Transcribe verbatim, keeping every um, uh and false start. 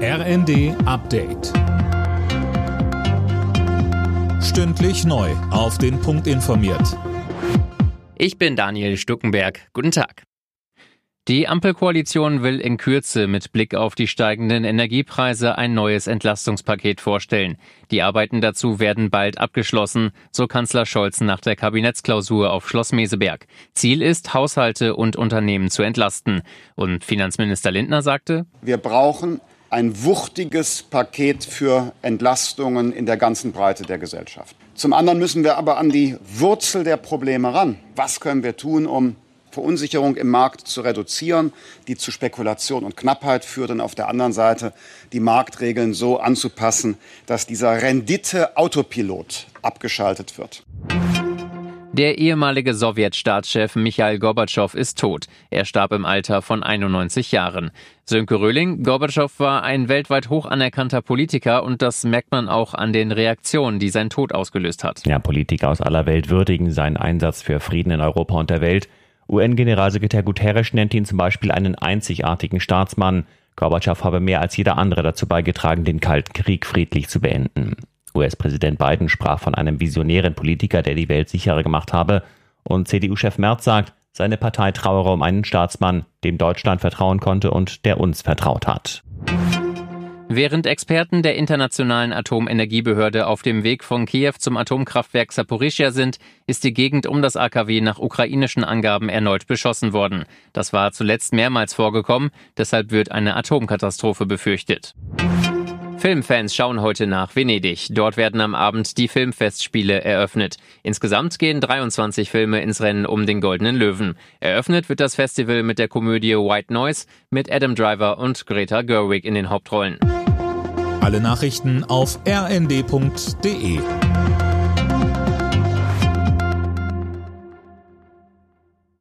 R N D Update. Stündlich neu auf den Punkt informiert. Ich bin Daniel Stuckenberg. Guten Tag. Die Ampelkoalition will in Kürze mit Blick auf die steigenden Energiepreise ein neues Entlastungspaket vorstellen. Die Arbeiten dazu werden bald abgeschlossen, so Kanzler Scholz nach der Kabinettsklausur auf Schloss Meseberg. Ziel ist, Haushalte und Unternehmen zu entlasten. Und Finanzminister Lindner sagte: Wir brauchen ein wuchtiges Paket für Entlastungen in der ganzen Breite der Gesellschaft. Zum anderen müssen wir aber an die Wurzel der Probleme ran. Was können wir tun, um Verunsicherung im Markt zu reduzieren, die zu Spekulation und Knappheit führt, und auf der anderen Seite die Marktregeln so anzupassen, dass dieser Rendite-Autopilot abgeschaltet wird. Der ehemalige Sowjetstaatschef Michail Gorbatschow ist tot. Er starb im Alter von einundneunzig Jahren. Sönke Röhling: Gorbatschow war ein weltweit hoch anerkannter Politiker, und das merkt man auch an den Reaktionen, die sein Tod ausgelöst hat. Ja, Politiker aus aller Welt würdigen seinen Einsatz für Frieden in Europa und der Welt. U N-Generalsekretär Guterres nennt ihn zum Beispiel einen einzigartigen Staatsmann. Gorbatschow habe mehr als jeder andere dazu beigetragen, den Kalten Krieg friedlich zu beenden. U S-Präsident Biden sprach von einem visionären Politiker, der die Welt sicherer gemacht habe. Und C D U-Chef Merz sagt, seine Partei trauere um einen Staatsmann, dem Deutschland vertrauen konnte und der uns vertraut hat. Während Experten der Internationalen Atomenergiebehörde auf dem Weg von Kiew zum Atomkraftwerk Saporischschja sind, ist die Gegend um das A K W nach ukrainischen Angaben erneut beschossen worden. Das war zuletzt mehrmals vorgekommen, deshalb wird eine Atomkatastrophe befürchtet. Filmfans schauen heute nach Venedig. Dort werden am Abend die Filmfestspiele eröffnet. Insgesamt gehen dreiundzwanzig Filme ins Rennen um den Goldenen Löwen. Eröffnet wird das Festival mit der Komödie White Noise mit Adam Driver und Greta Gerwig in den Hauptrollen. Alle Nachrichten auf r n d punkt d e.